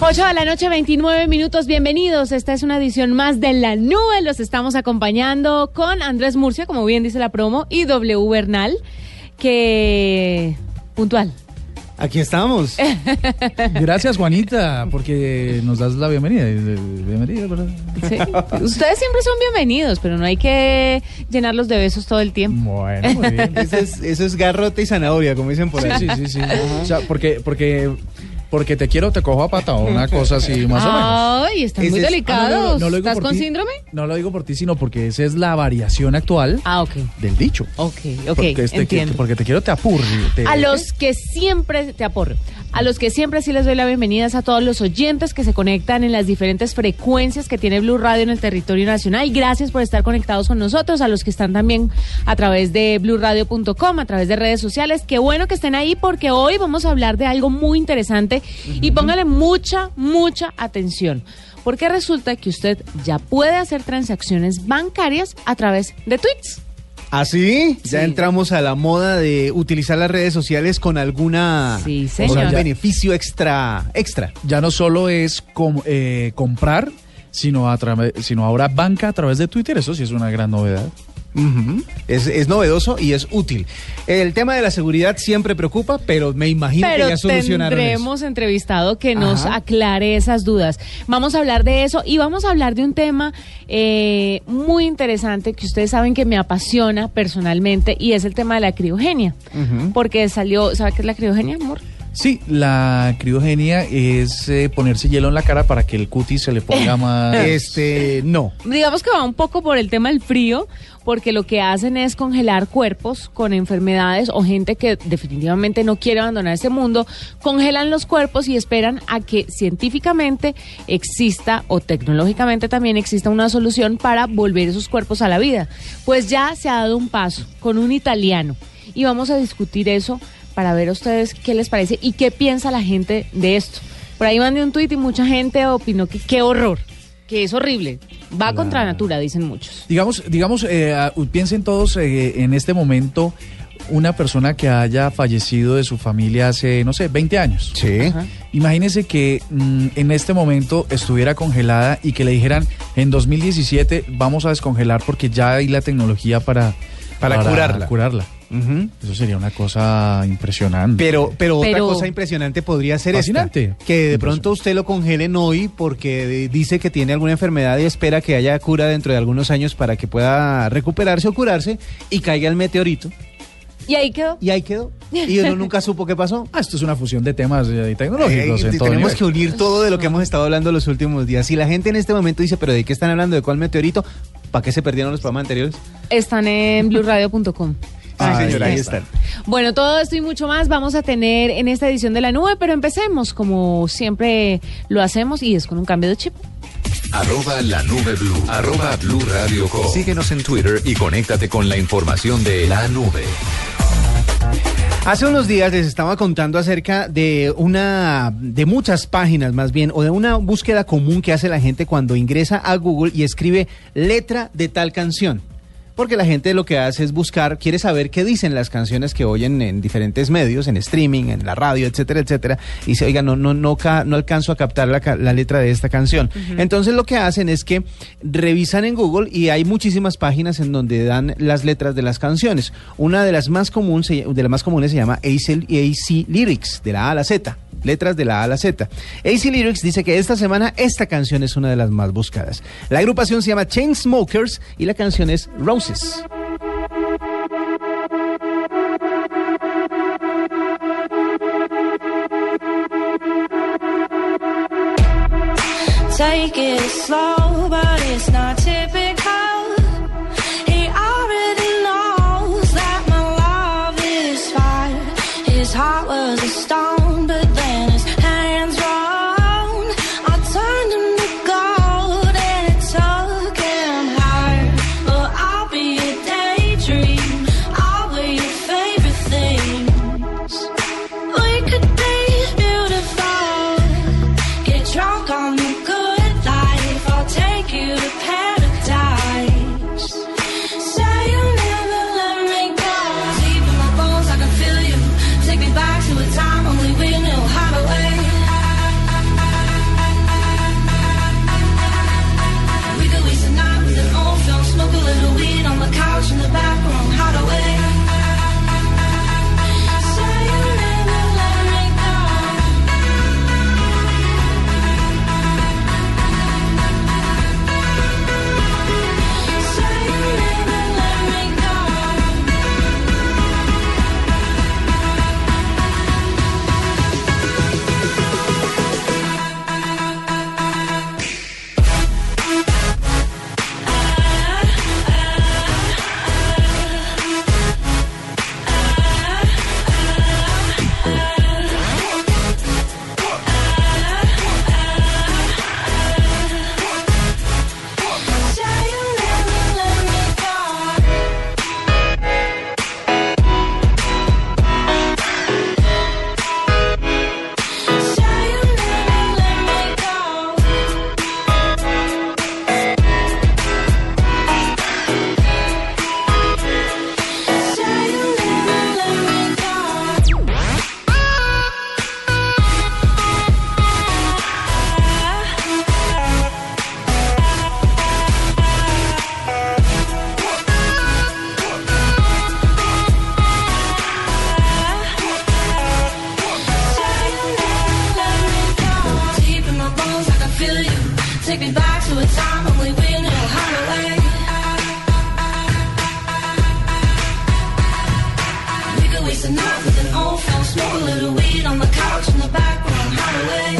8 de la noche, 29 minutos. Bienvenidos. Esta es una edición más de La Nube. Los estamos acompañando con Andrés Murcia, como bien dice la promo, y W Bernal, que puntual. Aquí estamos. Gracias, Juanita, porque nos das la bienvenida. Bienvenida, ¿verdad? Sí. Ustedes siempre son bienvenidos, pero no hay que llenarlos de besos todo el tiempo. Bueno, muy bien. Eso es garrote y zanahoria, como dicen por ahí. Sí. O sea, porque te quiero, te cojo a pata, o una cosa así, más o menos. Ay, están muy delicados. No lo digo ¿Estás por con ti, síndrome? No lo digo por ti, sino porque esa es la variación actual del dicho. Ok, entiendo. Porque te quiero, te apurro. A los que siempre te aporro. A los que siempre sí les doy la bienvenida es a todos los oyentes que se conectan en las diferentes frecuencias que tiene Blue Radio en el territorio nacional. Gracias por estar conectados con nosotros, a los que están también a través de bluradio.com, a través de redes sociales. Qué bueno que estén ahí porque hoy vamos a hablar de algo muy interesante y póngale mucha atención. Porque resulta que usted ya puede hacer transacciones bancarias a través de tweets. ¿Ah, sí? Sí. Ya entramos a la moda de utilizar las redes sociales con algún beneficio extra. Ya no solo es comprar, sino ahora banca a través de Twitter. Eso sí es una gran novedad. Uh-huh. Es novedoso y es útil. El tema de la seguridad siempre preocupa, pero me imagino que ya solucionaron eso. Tendremos entrevistado que nos aclare esas dudas. Vamos a hablar de eso y vamos a hablar de un tema muy interesante que ustedes saben que me apasiona personalmente y es el tema de la criogenia. Uh-huh. Porque salió, ¿sabe qué es la criogenia, amor? Sí, la criogenia es ponerse hielo en la cara para que el cutis se le ponga más... No. Digamos que va un poco por el tema del frío, porque lo que hacen es congelar cuerpos con enfermedades o gente que definitivamente no quiere abandonar ese mundo, congelan los cuerpos y esperan a que científicamente exista o tecnológicamente también exista una solución para volver esos cuerpos a la vida. Pues ya se ha dado un paso con un italiano y vamos a discutir eso para ver a ustedes qué les parece y qué piensa la gente de esto. Por ahí mandé un tuit y mucha gente opinó que qué horror, que es horrible. Va contra natura, dicen muchos. Digamos, piensen todos en este momento una persona que haya fallecido de su familia hace, 20 años. Sí. Ajá. Imagínense que en este momento estuviera congelada y que le dijeran en 2017 vamos a descongelar porque ya hay la tecnología para curarla. Uh-huh. Eso sería una cosa impresionante. Pero otra cosa impresionante podría ser fascinante. Que de pronto usted lo congelen hoy porque dice que tiene alguna enfermedad y espera que haya cura dentro de algunos años para que pueda recuperarse o curarse y caiga el meteorito. ¿Y ahí quedó? Y uno nunca supo qué pasó. Esto es una fusión de temas tecnológicos. Tenemos que unir todo de lo que hemos estado hablando los últimos días. Si la gente en este momento dice, ¿pero de qué están hablando? ¿De cuál meteorito? ¿Para qué se perdieron los programas anteriores? Están en bluradio.com. Sí, señora, ahí están. Bueno, todo esto y mucho más vamos a tener en esta edición de La Nube, pero empecemos como siempre lo hacemos y es con un cambio de chip. @LaNubeBlue, @Blue Radio Co. Síguenos en Twitter y conéctate con la información de La Nube. Hace unos días les estaba contando acerca de muchas páginas más bien, o de una búsqueda común que hace la gente cuando ingresa a Google y escribe letra de tal canción. Porque la gente lo que hace es buscar, quiere saber qué dicen las canciones que oyen en diferentes medios, en streaming, en la radio, etcétera, etcétera. Y dice, oiga, no alcanzo a captar la letra de esta canción. Uh-huh. Entonces lo que hacen es que revisan en Google y hay muchísimas páginas en donde dan las letras de las canciones. Una de las más comunes se llama AC Lyrics, de la A a la Z. Letras de la A a la Z. AC Lyrics dice que esta semana esta canción es una de las más buscadas. La agrupación se llama Chainsmokers y la canción es Roses. Take it slow, but it's not typical. He already knows that my love is fire. His heart was a stone, but then his hands were on. I turned him to gold and it took him higher. But I'll be a daydream, I'll be your favorite things. We could be beautiful, get drunk on the good life. I'll take me back to a time when we knew how to wait. We could waste a night with an old friend, smoke a little weed on the couch in the back room, how to wait.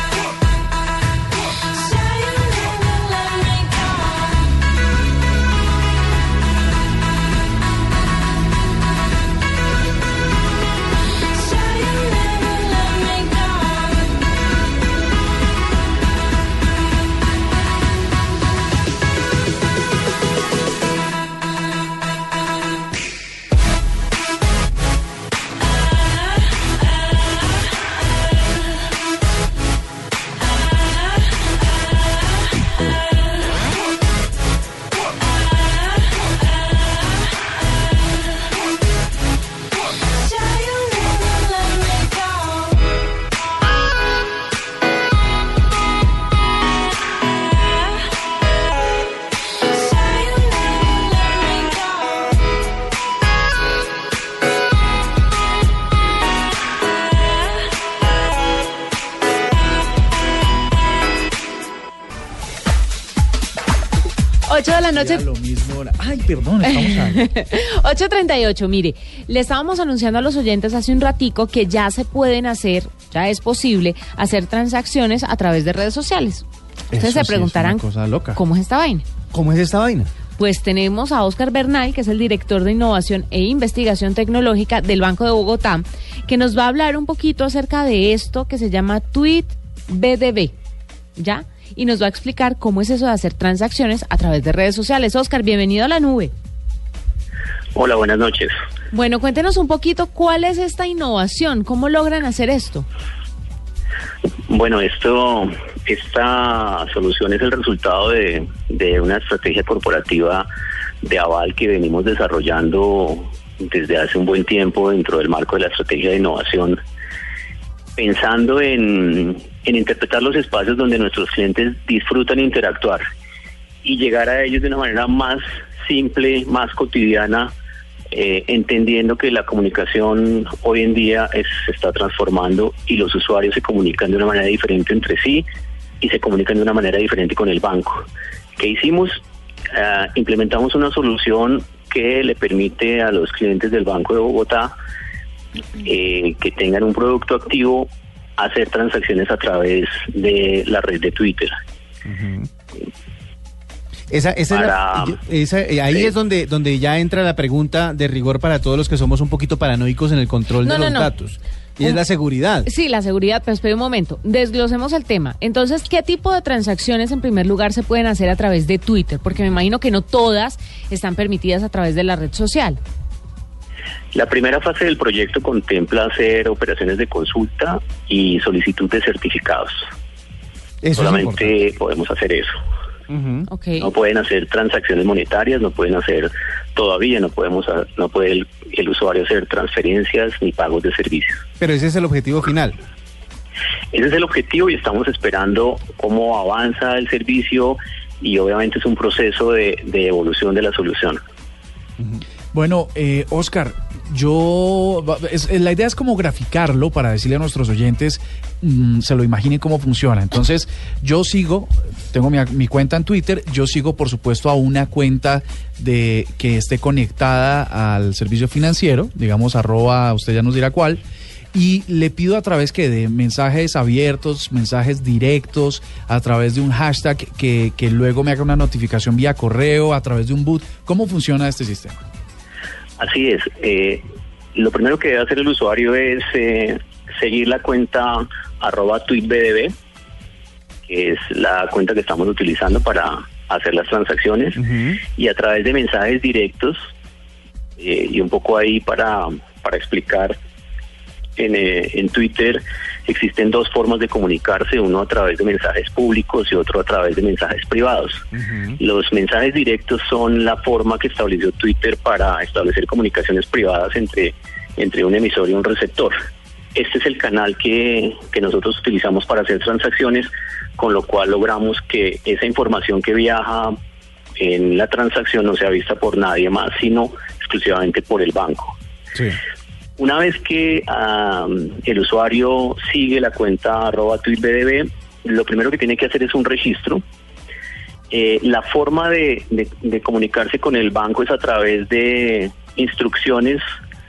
Noche. Lo mismo. Ay, perdón, estamos a... 8:38, mire, le estábamos anunciando a los oyentes hace un ratico que ya se pueden hacer, ya es posible hacer transacciones a través de redes sociales. Ustedes se preguntarán, ¿cómo es esta vaina? ¿Cómo es esta vaina? Pues tenemos a Óscar Bernal, que es el director de Innovación e Investigación Tecnológica del Banco de Bogotá, que nos va a hablar un poquito acerca de esto que se llama Tweet BDB, ¿ya? Y nos va a explicar cómo es eso de hacer transacciones a través de redes sociales. Óscar, bienvenido a La Nube. Hola, buenas noches. Bueno, cuéntenos un poquito cuál es esta innovación, cómo logran hacer esto. Bueno, esta solución es el resultado de una estrategia corporativa de aval que venimos desarrollando desde hace un buen tiempo dentro del marco de la estrategia de innovación, pensando en interpretar los espacios donde nuestros clientes disfrutan interactuar y llegar a ellos de una manera más simple, más cotidiana, entendiendo que la comunicación hoy en día se está transformando y los usuarios se comunican de una manera diferente entre sí y se comunican de una manera diferente con el banco. ¿Qué hicimos? Implementamos una solución que le permite a los clientes del Banco de Bogotá que tengan un producto activo, hacer transacciones a través de la red de Twitter. Uh-huh. Ahí es donde ya entra la pregunta de rigor para todos los que somos un poquito paranoicos en el control de los datos. Y es la seguridad. Sí, la seguridad, pero espera un momento, desglosemos el tema. Entonces, ¿qué tipo de transacciones en primer lugar se pueden hacer a través de Twitter? Porque me imagino que no todas están permitidas a través de la red social. La primera fase del proyecto contempla hacer operaciones de consulta y solicitud de certificados. Eso solamente podemos hacer eso. Uh-huh. Okay. No pueden hacer transacciones monetarias, no puede el usuario hacer transferencias ni pagos de servicios. Pero ese es el objetivo final. Ese es el objetivo y estamos esperando cómo avanza el servicio y obviamente es un proceso de evolución de la solución. Uh-huh. Bueno, Óscar, la idea es como graficarlo para decirle a nuestros oyentes, se lo imaginen cómo funciona. Entonces, tengo mi cuenta en Twitter, yo sigo por supuesto a una cuenta que esté conectada al servicio financiero, digamos @ usted ya nos dirá cuál, y le pido a través de mensajes abiertos, mensajes directos, a través de un hashtag que luego me haga una notificación vía correo, a través de un bot. ¿Cómo funciona este sistema? Así es. Lo primero que debe hacer el usuario es seguir la cuenta @tweetbdb, que es la cuenta que estamos utilizando para hacer las transacciones, uh-huh. Y a través de mensajes directos, y un poco ahí para explicar, en Twitter existen dos formas de comunicarse, uno a través de mensajes públicos y otro a través de mensajes privados. Uh-huh. Los mensajes directos son la forma que estableció Twitter para establecer comunicaciones privadas entre un emisor y un receptor. Este es el canal que nosotros utilizamos para hacer transacciones, con lo cual logramos que esa información que viaja en la transacción no sea vista por nadie más, sino exclusivamente por el banco. Sí. Una vez que el usuario sigue la cuenta @tweetbdb, lo primero que tiene que hacer es un registro. La forma de comunicarse con el banco es a través de instrucciones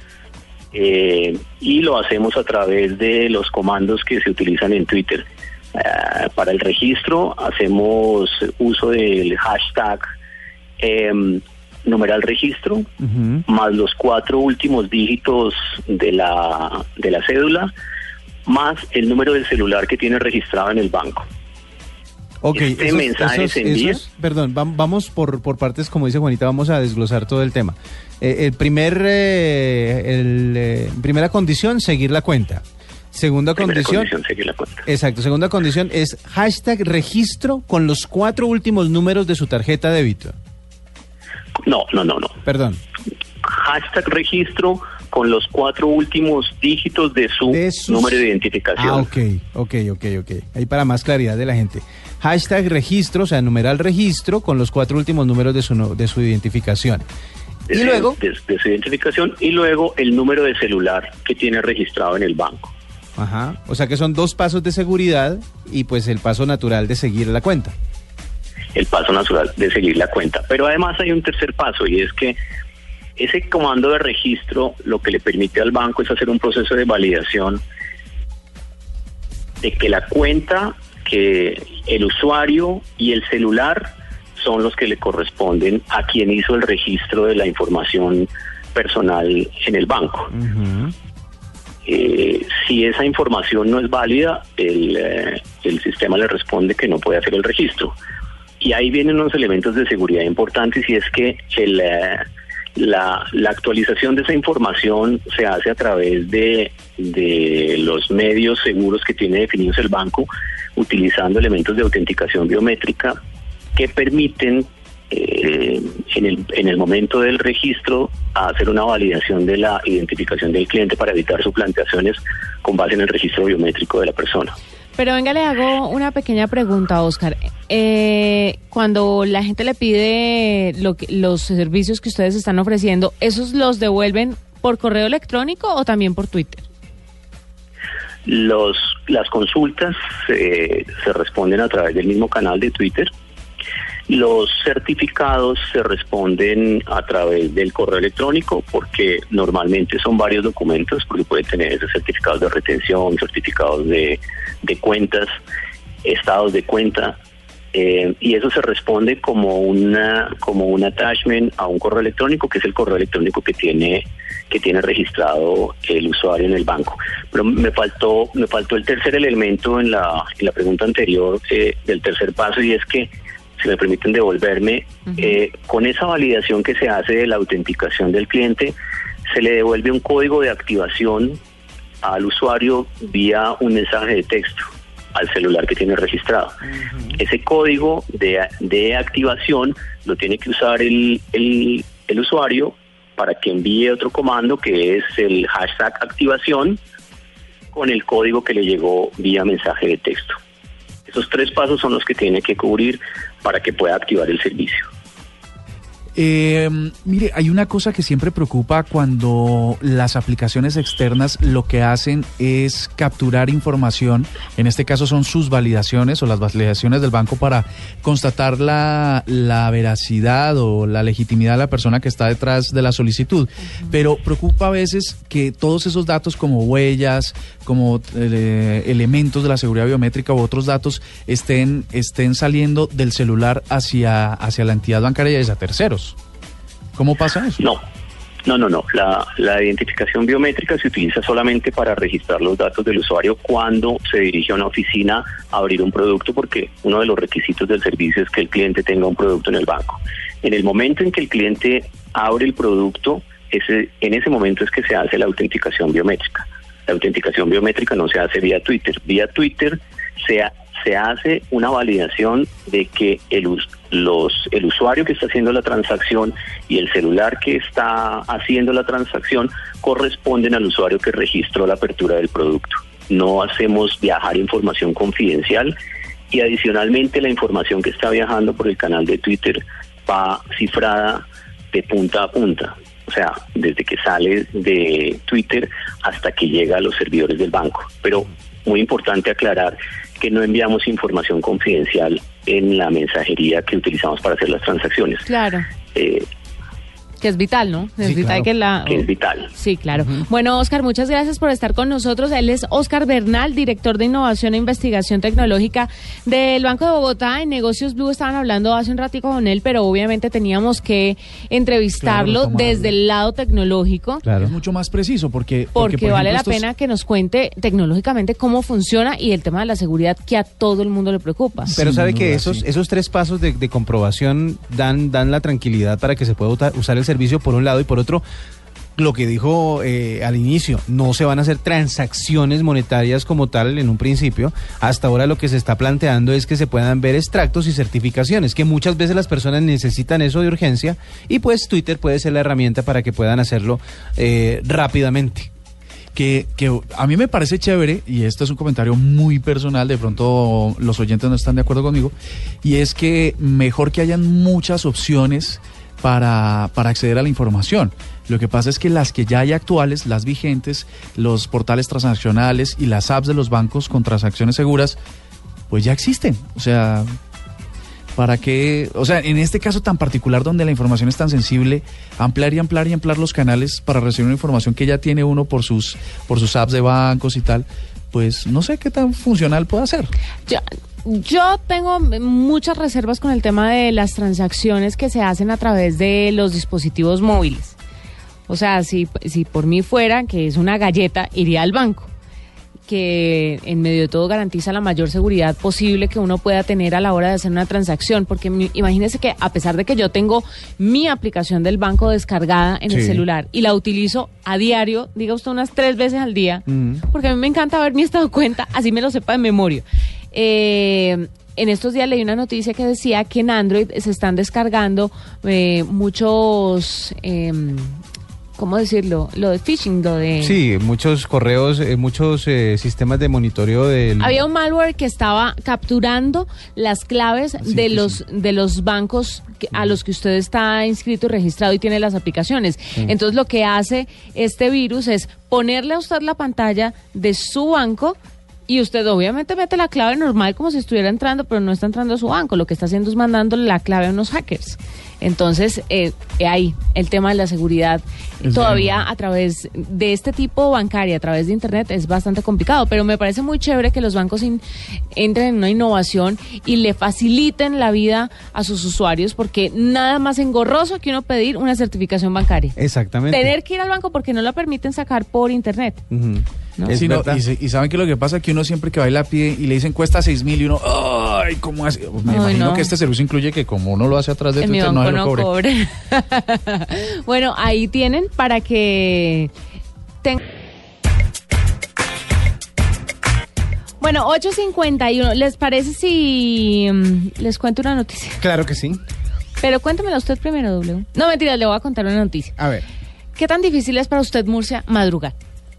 y lo hacemos a través de los comandos que se utilizan en Twitter. Para el registro hacemos uso del hashtag numeral registro, más los 4 últimos dígitos de la cédula, más el número del celular que tiene registrado en el banco. Ok, mensaje se envía. Perdón, vamos por partes, como dice Juanita, vamos a desglosar todo el tema. Primera condición, seguir la cuenta. Segunda condición, seguir la cuenta. Exacto, segunda condición es hashtag registro con los 4 últimos números de su tarjeta de débito. No. Perdón. Hashtag registro con los 4 últimos dígitos de su número de identificación. Ok. Ahí para más claridad de la gente. Hashtag registro, o sea, numeral registro con los 4 últimos números de su identificación. Y luego de su identificación y luego el número de celular que tiene registrado en el banco. Ajá, o sea que son 2 pasos de seguridad y pues el paso natural de seguir la cuenta. El paso natural de seguir la cuenta. Pero además hay un tercer paso y es que ese comando de registro lo que le permite al banco es hacer un proceso de validación de que la cuenta, que el usuario y el celular son los que le corresponden a quien hizo el registro de la información personal en el banco. Si esa información no es válida, el sistema le responde que no puede hacer el registro. Y ahí vienen unos elementos de seguridad importantes y es que la actualización de esa información se hace a través de los medios seguros que tiene definidos el banco, utilizando elementos de autenticación biométrica que permiten en el momento del registro hacer una validación de la identificación del cliente para evitar suplantaciones con base en el registro biométrico de la persona. Pero venga, le hago una pequeña pregunta, Oscar. Cuando la gente le pide los servicios que ustedes están ofreciendo, ¿esos los devuelven por correo electrónico o también por Twitter? Las consultas se responden a través del mismo canal de Twitter. Los certificados se responden a través del correo electrónico porque normalmente son varios documentos, porque puede tener certificados de retención, certificados de cuentas, estados de cuenta, y eso se responde como un attachment a un correo electrónico, que es el correo electrónico que tiene registrado el usuario en el banco. Pero me faltó el tercer elemento en la pregunta anterior del tercer paso, y es que, si me permiten devolverme, con esa validación que se hace de la autenticación del cliente, se le devuelve un código de activación al usuario vía un mensaje de texto al celular que tiene registrado. Ese código de activación lo tiene que usar el usuario para que envíe otro comando, que es el hashtag activación, con el código que le llegó vía mensaje de texto. Esos 3 pasos son los que tiene que cubrir para que pueda activar el servicio. Mire, hay una cosa que siempre preocupa cuando las aplicaciones externas lo que hacen es capturar información, en este caso son sus validaciones o las validaciones del banco para constatar la veracidad o la legitimidad de la persona que está detrás de la solicitud. Pero preocupa a veces que todos esos datos como huellas, como elementos de la seguridad biométrica u otros datos estén saliendo del celular hacia la entidad bancaria y hacia terceros. ¿Cómo pasa eso? No. La identificación biométrica se utiliza solamente para registrar los datos del usuario cuando se dirige a una oficina a abrir un producto, porque uno de los requisitos del servicio es que el cliente tenga un producto en el banco. En el momento en que el cliente abre el producto, en ese momento es que se hace la autenticación biométrica. La autenticación biométrica no se hace vía Twitter. Vía Twitter se hace una validación de que el usuario que está haciendo la transacción y el celular que está haciendo la transacción corresponden al usuario que registró la apertura del producto. No hacemos viajar información confidencial, y adicionalmente la información que está viajando por el canal de Twitter va cifrada de punta a punta. O sea, desde que sale de Twitter hasta que llega a los servidores del banco. Pero muy importante aclarar que no enviamos información confidencial en la mensajería que utilizamos para hacer las transacciones. Claro. Que es vital, ¿no? Es vital claro. Que es vital. Sí, claro. Bueno, Óscar, muchas gracias por estar con nosotros. Él es Óscar Bernal, director de Innovación e Investigación Tecnológica del Banco de Bogotá. En Negocios Blue estaban hablando hace un ratico con él, pero obviamente teníamos que entrevistarlo desde el lado tecnológico. Claro. Es mucho más preciso porque por vale la pena que nos cuente tecnológicamente cómo funciona y el tema de la seguridad que a todo el mundo le preocupa. Pero sabe que esos 3 pasos de comprobación dan la tranquilidad para que se pueda usar el servicio por un lado, y por otro, lo que dijo al inicio, no se van a hacer transacciones monetarias como tal en un principio. Hasta ahora lo que se está planteando es que se puedan ver extractos y certificaciones, que muchas veces las personas necesitan eso de urgencia, y pues Twitter puede ser la herramienta para que puedan hacerlo rápidamente. Que a mí me parece chévere, y esto es un comentario muy personal, de pronto los oyentes no están de acuerdo conmigo, y es que mejor que hayan muchas opciones para acceder a la información. Lo que pasa es que las que ya hay actuales, las vigentes, los portales transaccionales y las apps de los bancos con transacciones seguras, pues ya existen. O sea, ¿para qué? O sea, en este caso tan particular donde la información es tan sensible, ampliar los canales para recibir una información que ya tiene uno por sus apps de bancos y tal, pues no sé qué tan funcional puede ser. Yo tengo muchas reservas con el tema de las transacciones que se hacen a través de los dispositivos móviles. O sea, si por mí fuera, que es una galleta, iría al banco, que en medio de todo garantiza la mayor seguridad posible que uno pueda tener a la hora de hacer una transacción, porque imagínese que a pesar de que yo tengo mi aplicación del banco descargada en el celular y la utilizo a diario, diga usted unas 3 veces al día, porque a mí me encanta ver mi estado de cuenta, así me lo sepa de memoria. En estos días leí una noticia que decía que en Android se están descargando muchos, ¿cómo decirlo? Lo de phishing, lo de... Sí, muchos correos, muchos sistemas de monitoreo del... Había un malware que estaba capturando las claves de los bancos a los que usted está inscrito y registrado y tiene las aplicaciones. Entonces lo que hace este virus es ponerle a usted la pantalla de su banco, y usted obviamente mete la clave normal como si estuviera entrando, pero no está entrando a su banco. Lo que está haciendo es mandándole la clave a unos hackers. Entonces, ahí, el tema de la seguridad todavía a través de este tipo bancaria, a través de Internet, es bastante complicado. Pero me parece muy chévere que los bancos entren en una innovación y le faciliten la vida a sus usuarios, porque nada más engorroso que uno pedir una certificación bancaria. Exactamente. Tener que ir al banco porque no la permiten sacar por Internet. ¿No? Sí, y saben que lo que pasa, que uno siempre que va y la pide y le dicen cuesta 6.000 y uno, ¡ay! ¿Cómo hace? Me imagino que este servicio incluye que como uno lo hace atrás de Twitter, no se lo cobre. Bueno, ahí tienen para que Bueno, 8:51. ¿Les parece si les cuento una noticia? Claro que sí. Pero cuéntemela usted primero, W. No, mentira, le voy a contar una noticia. A ver. ¿Qué tan difícil es para usted, Murcia, madrugar?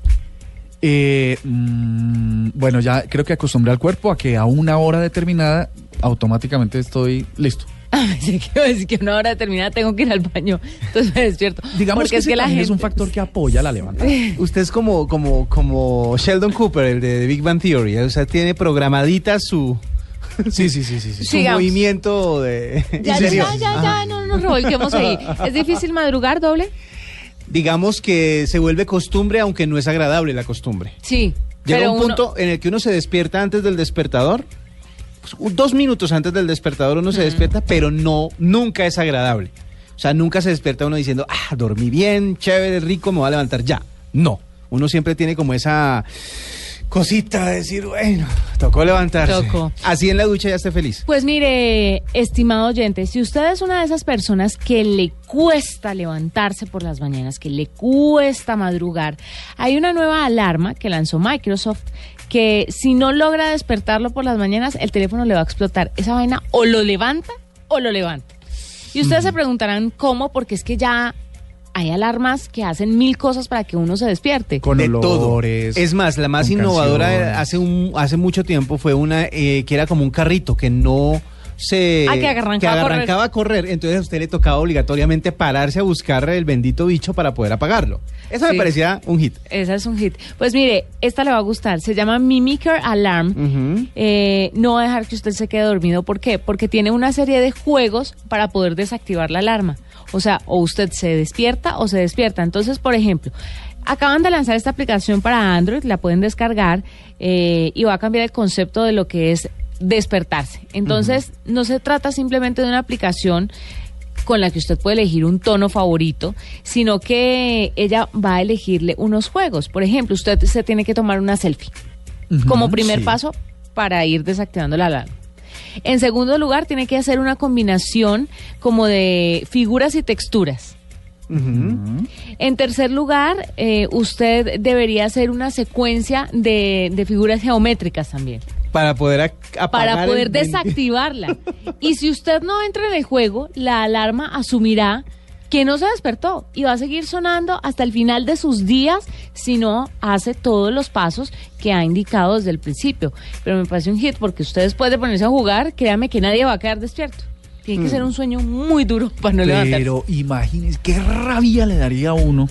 Bueno, ya creo que acostumbré al cuerpo a que a una hora determinada automáticamente estoy listo. Pensé que iba a decir que a una hora determinada tengo que ir al baño, entonces me despierto. Digamos porque que la gente es un factor que apoya la levantada. Usted es como Sheldon Cooper, el de Big Bang Theory, o sea, tiene programadita su... Sí. Su movimiento de... Ya, no nos revolquemos ahí. ¿Es difícil madrugar, doble? Digamos que se vuelve costumbre, aunque no es agradable la costumbre. Sí. Llega un punto en el que uno se despierta antes del despertador, pues, 2 minutos antes del despertador uno se despierta, pero nunca es agradable. O sea, nunca se despierta uno diciendo, dormí bien, chévere, rico, me voy a levantar ya. No, uno siempre tiene como esa cosita de decir, bueno, tocó levantarse. Así en la ducha ya esté feliz. Pues mire, estimado oyente, si usted es una de esas personas que le cuesta levantarse por las mañanas, que le cuesta madrugar, hay una nueva alarma que lanzó Microsoft que si no logra despertarlo por las mañanas, el teléfono le va a explotar. Esa vaina o lo levanta o lo levanta. Y ustedes se preguntarán cómo, porque es que ya hay alarmas que hacen 1000 cosas para que uno se despierte. Con de olores. Todo. Es más, la más innovadora hace mucho tiempo fue una que era como un carrito que no que arrancaba a correr, entonces a usted le tocaba obligatoriamente pararse a buscar el bendito bicho para poder apagarlo. Eso me parecía un hit. Esa es un hit. Pues mire, esta le va a gustar. Se llama Mimicker Alarm. No va a dejar que usted se quede dormido. ¿Por qué? Porque tiene una serie de juegos para poder desactivar la alarma. O sea, o usted se despierta o se despierta. Entonces, por ejemplo, acaban de lanzar esta aplicación para Android, la pueden descargar y va a cambiar el concepto de lo que es despertarse. Entonces, no se trata simplemente de una aplicación con la que usted puede elegir un tono favorito, sino que ella va a elegirle unos juegos. Por ejemplo, usted se tiene que tomar una selfie como primer paso para ir desactivando la alarma. En segundo lugar, tiene que hacer una combinación como de figuras y texturas. En tercer lugar, usted debería hacer una secuencia de figuras geométricas también. Para poder para poder desactivarla. Y si usted no entra en el juego, la alarma asumirá que no se despertó y va a seguir sonando hasta el final de sus días si no hace todos los pasos que ha indicado desde el principio. Pero me parece un hit porque usted después de ponerse a jugar, créame que nadie va a quedar despierto. Tiene que ser un sueño muy duro para no levantarse. Pero imagínese qué rabia le daría a uno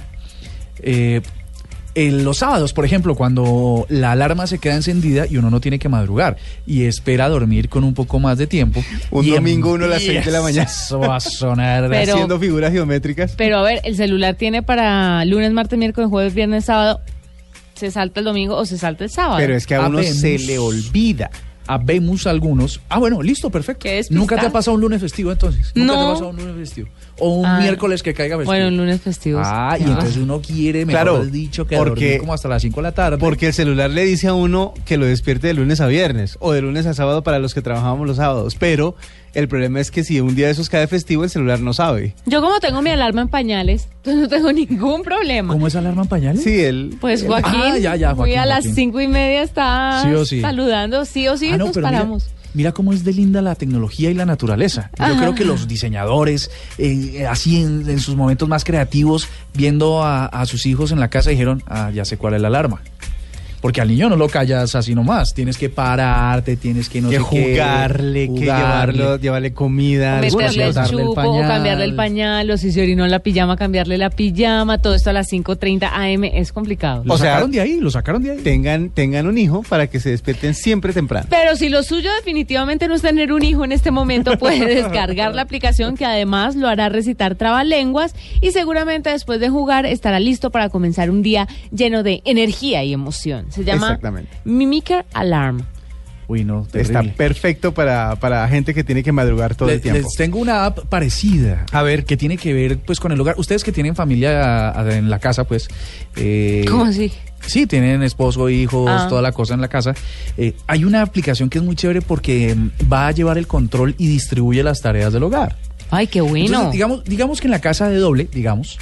los sábados, por ejemplo, cuando la alarma se queda encendida y uno no tiene que madrugar y espera dormir con un poco más de tiempo. Un domingo uno a las 6 de la mañana. Eso va a sonar haciendo figuras geométricas. Pero a ver, el celular tiene para lunes, martes, miércoles, jueves, viernes, sábado. ¿Se salta el domingo o se salta el sábado? Pero es que a uno se le olvida. Habemos algunos. Bueno, listo, perfecto. ¿Nunca te ha pasado un lunes festivo entonces? ¿Nunca te ha pasado un lunes festivo? O un miércoles que caiga festivo. Bueno, un lunes festivo. Y entonces uno quiere, mejor dicho, que dormir como hasta las 5 de la tarde. Porque el celular le dice a uno que lo despierte de lunes a viernes o de lunes a sábado para los que trabajamos los sábados. Pero el problema es que si un día de esos cae festivo, el celular no sabe. Yo como tengo mi alarma en pañales, entonces no tengo ningún problema. ¿Cómo es alarma en pañales? Sí, Pues Joaquín, Joaquín, a las 5:30 está saludando, sí o sí, nos paramos. Mira cómo es de linda la tecnología y la naturaleza. Yo creo que los diseñadores, así en sus momentos más creativos, viendo a sus hijos en la casa, dijeron, ya sé cuál es la alarma. Porque al niño no lo callas así nomás. Tienes que pararte, tienes que jugarle, que llevarle comida, meterle el chupo, o cambiarle el pañal, o si se orinó en la pijama, cambiarle la pijama. Todo esto a las 5:30 AM es complicado. Lo sacaron de ahí. Tengan un hijo para que se despierten siempre temprano. Pero si lo suyo definitivamente no es tener un hijo en este momento, puede descargar la aplicación que además lo hará recitar trabalenguas y seguramente después de jugar estará listo para comenzar un día lleno de energía y emoción. Se llama Mimicker Alarm. Uy, no, terrible. Está perfecto para gente que tiene que madrugar todo el tiempo. Les tengo una app parecida. A ver, que tiene que ver pues con el hogar. Ustedes que tienen familia en la casa, pues. ¿Cómo así? Sí, tienen esposo, hijos, toda la cosa en la casa. Hay una aplicación que es muy chévere porque va a llevar el control y distribuye las tareas del hogar. Ay, qué bueno. Entonces, digamos que en la casa de Doble, digamos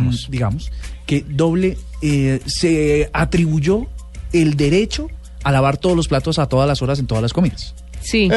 que Doble se atribuyó el derecho a lavar todos los platos a todas las horas en todas las comidas. Sí,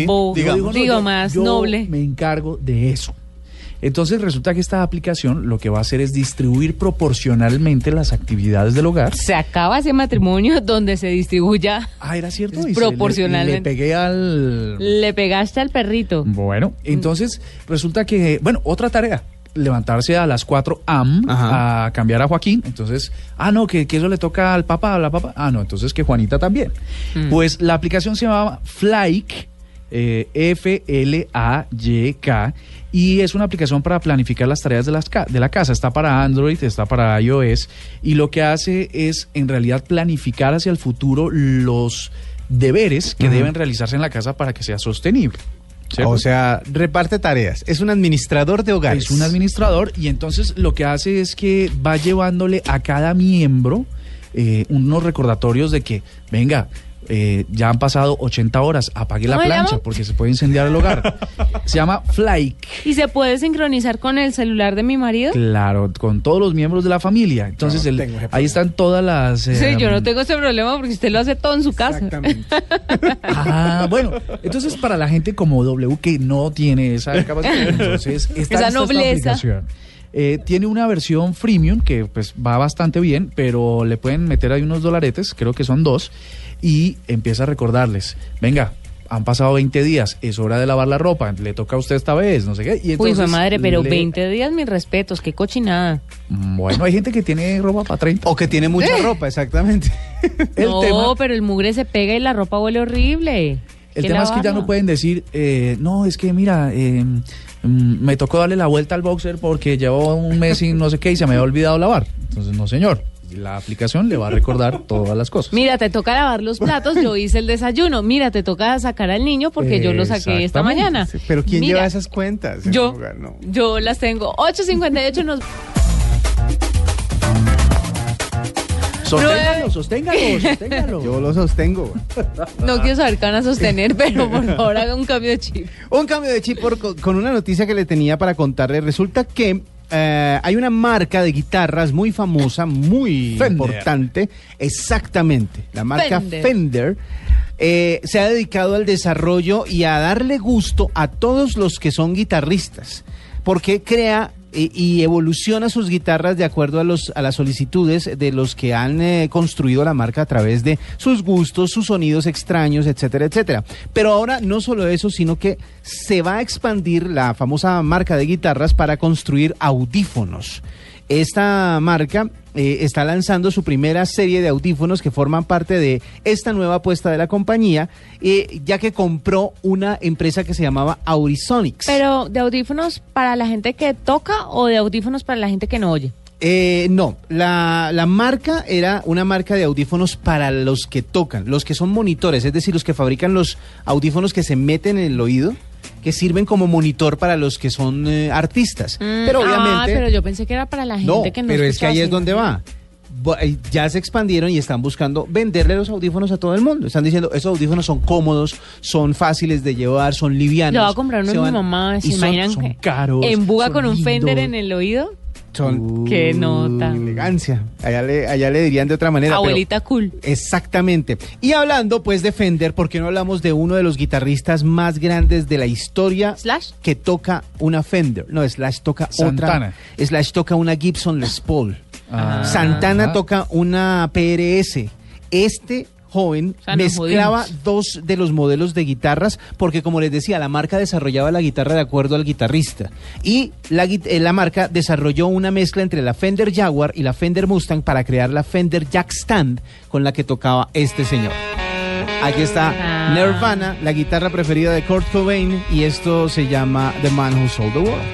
más noble. Yo me encargo de eso. Entonces resulta que esta aplicación lo que va a hacer es distribuir proporcionalmente las actividades del hogar. Se acaba ese matrimonio donde se distribuya. Era cierto. Proporcionalmente. Le pegaste al perrito. Bueno, entonces resulta que, otra tarea. Levantarse a las 4 a.m. a cambiar a Joaquín. Entonces, que eso le toca al papá, a la papá. Entonces que Juanita también. Pues la aplicación se llama Flayk, Flayk, y es una aplicación para planificar las tareas de la casa. Está para Android, está para iOS, y lo que hace es en realidad planificar hacia el futuro los deberes que deben realizarse en la casa para que sea sostenible. ¿Cierto? O sea, reparte tareas. Es un administrador de hogares. Es un administrador y entonces lo que hace es que va llevándole a cada miembro unos recordatorios de que, venga, ya han pasado 80 horas, apague la plancha porque se puede incendiar el hogar. Se llama Flayk. ¿Y se puede sincronizar con el celular de mi marido? Claro, con todos los miembros de la familia. Entonces ahí están todas las... sí, yo no tengo ese problema porque usted lo hace todo en su casa. Exactamente. Bueno, entonces para la gente como W que no tiene esa capacidad, entonces esa nobleza. Esta tiene una versión freemium que pues va bastante bien, pero le pueden meter ahí unos dolaretes, creo que son $2, y empieza a recordarles, venga, han pasado 20 días, es hora de lavar la ropa, le toca a usted esta vez, no sé qué. Y entonces, fue madre, pero 20 días, mis respetos, qué cochinada. Bueno, hay gente que tiene ropa para 30. O que tiene mucha ropa, exactamente. Pero el mugre se pega y la ropa huele horrible. El tema es que ya no pueden decir, no, es que mira, me tocó darle la vuelta al boxer porque llevo un mes y no sé qué y se me había olvidado lavar. Entonces, no señor. La aplicación le va a recordar todas las cosas. Mira, te toca lavar los platos, yo hice el desayuno. Mira, te toca sacar al niño porque yo lo saqué esta mañana. Sí, pero ¿quién lleva esas cuentas? Yo las tengo. 8:58 nos... Sosténgalo. Yo lo sostengo. No quiero saber qué van a sostener, pero por favor haga un cambio de chip. Un cambio de chip con una noticia que le tenía para contarle. Resulta que hay una marca de guitarras muy famosa, muy importante. Exactamente, la marca Fender. Se ha dedicado al desarrollo y a darle gusto a todos los que son guitarristas, porque crea y evoluciona sus guitarras de acuerdo a las solicitudes de los que han construido la marca a través de sus gustos, sus sonidos extraños, etcétera, etcétera. Pero ahora no solo eso, sino que se va a expandir la famosa marca de guitarras para construir audífonos. Esta marca está lanzando su primera serie de audífonos que forman parte de esta nueva apuesta de la compañía, ya que compró una empresa que se llamaba Aurisonics. ¿Pero de audífonos para la gente que toca o de audífonos para la gente que no oye? No, la marca era una marca de audífonos para los que tocan, los que son monitores, es decir, los que fabrican los audífonos que se meten en el oído, que sirven como monitor para los que son artistas. Pero obviamente... pero yo pensé que era para la gente que no pero es que ahí es donde va. Ya se expandieron y están buscando venderle los audífonos a todo el mundo. Están diciendo, esos audífonos son cómodos, son fáciles de llevar, son livianos. Yo voy a comprar uno de mi mamá. ¿Se imaginan son caros? ¿En buga con un Fender en el oído? ¡Qué nota! Elegancia. Allá le dirían de otra manera. Abuelita cool. Exactamente. Y hablando pues de Fender, ¿por qué no hablamos de uno de los guitarristas más grandes de la historia? ¿Slash? Que toca una Fender. No, Slash toca Santana. otra. Slash toca una Gibson Les Paul. Santana toca una PRS. Este joven mezclaba dos de los modelos de guitarras porque, como les decía, la marca desarrollaba la guitarra de acuerdo al guitarrista y la marca desarrolló una mezcla entre la Fender Jaguar y la Fender Mustang para crear la Fender Jack Stand con la que tocaba este señor. Aquí está Nirvana, la guitarra preferida de Kurt Cobain, y esto se llama The Man Who Sold the World.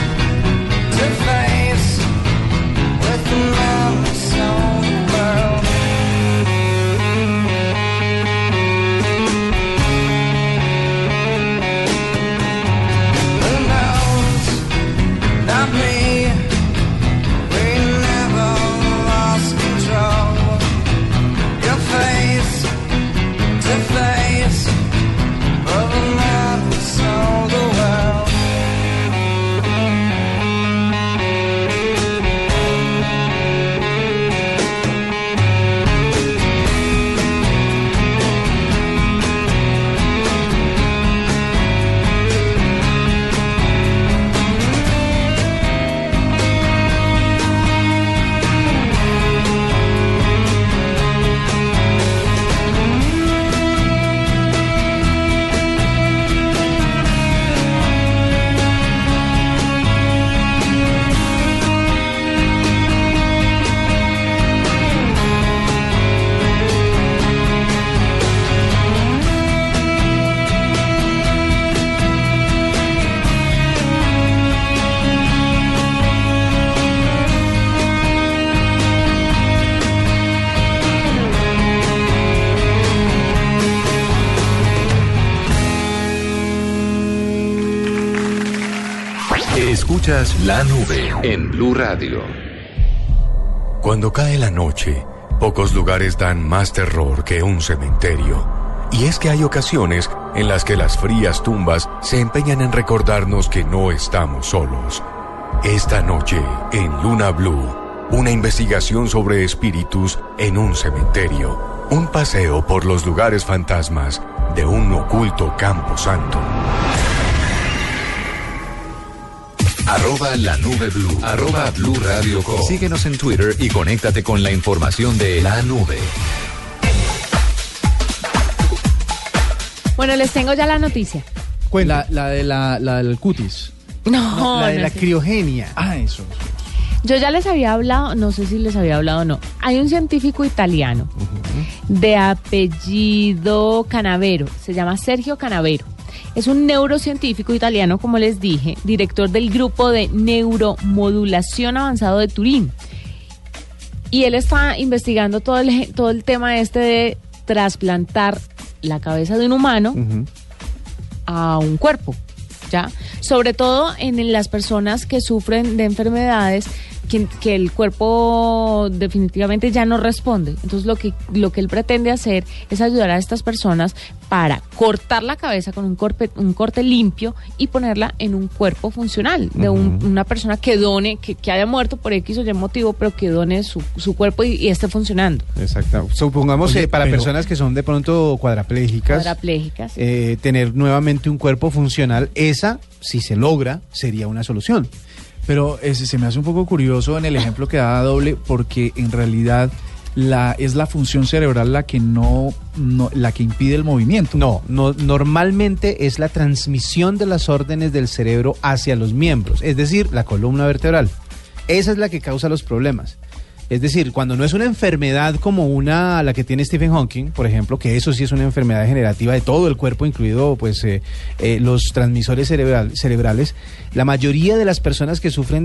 With the man who sold the world. Escuchas La Nube en Blue Radio. Cuando cae la noche, pocos lugares dan más terror que un cementerio. Y es que hay ocasiones en las que las frías tumbas se empeñan en recordarnos que no estamos solos. Esta noche, en Luna Blue, una investigación sobre espíritus en un cementerio. Un paseo por los lugares fantasmas de un oculto camposanto. @La Nube Blue, @Blue Radio Co. Síguenos en Twitter y conéctate con la información de La Nube. Bueno, les tengo ya la noticia. La del cutis. No, la de la criogenia. Eso. Yo ya les había hablado, no sé si les había hablado o no. Hay un científico italiano de apellido Canavero, se llama Sergio Canavero. Es un neurocientífico italiano, como les dije, director del grupo de neuromodulación avanzado de Turín. Y él está investigando todo el tema de trasplantar la cabeza de un humano a un cuerpo, ¿ya? Sobre todo en las personas que sufren de enfermedades que el cuerpo definitivamente ya no responde. Entonces lo que él pretende hacer es ayudar a estas personas para cortar la cabeza con un corte limpio y ponerla en un cuerpo funcional de una persona que done, que haya muerto por X o Y motivo, pero que done su cuerpo y esté funcionando. Exacto. Supongamos que para personas que son de pronto cuadraplégicas, tener nuevamente un cuerpo funcional, esa, si se logra, sería una solución. Pero se me hace un poco curioso en el ejemplo que da Doble, porque en realidad es la función cerebral la que la que impide el movimiento. No, normalmente es la transmisión de las órdenes del cerebro hacia los miembros, es decir, la columna vertebral. Esa es la que causa los problemas. Es decir, cuando no es una enfermedad como la que tiene Stephen Hawking, por ejemplo, que eso sí es una enfermedad degenerativa de todo el cuerpo, incluido pues los transmisores cerebrales, la mayoría de las personas que sufren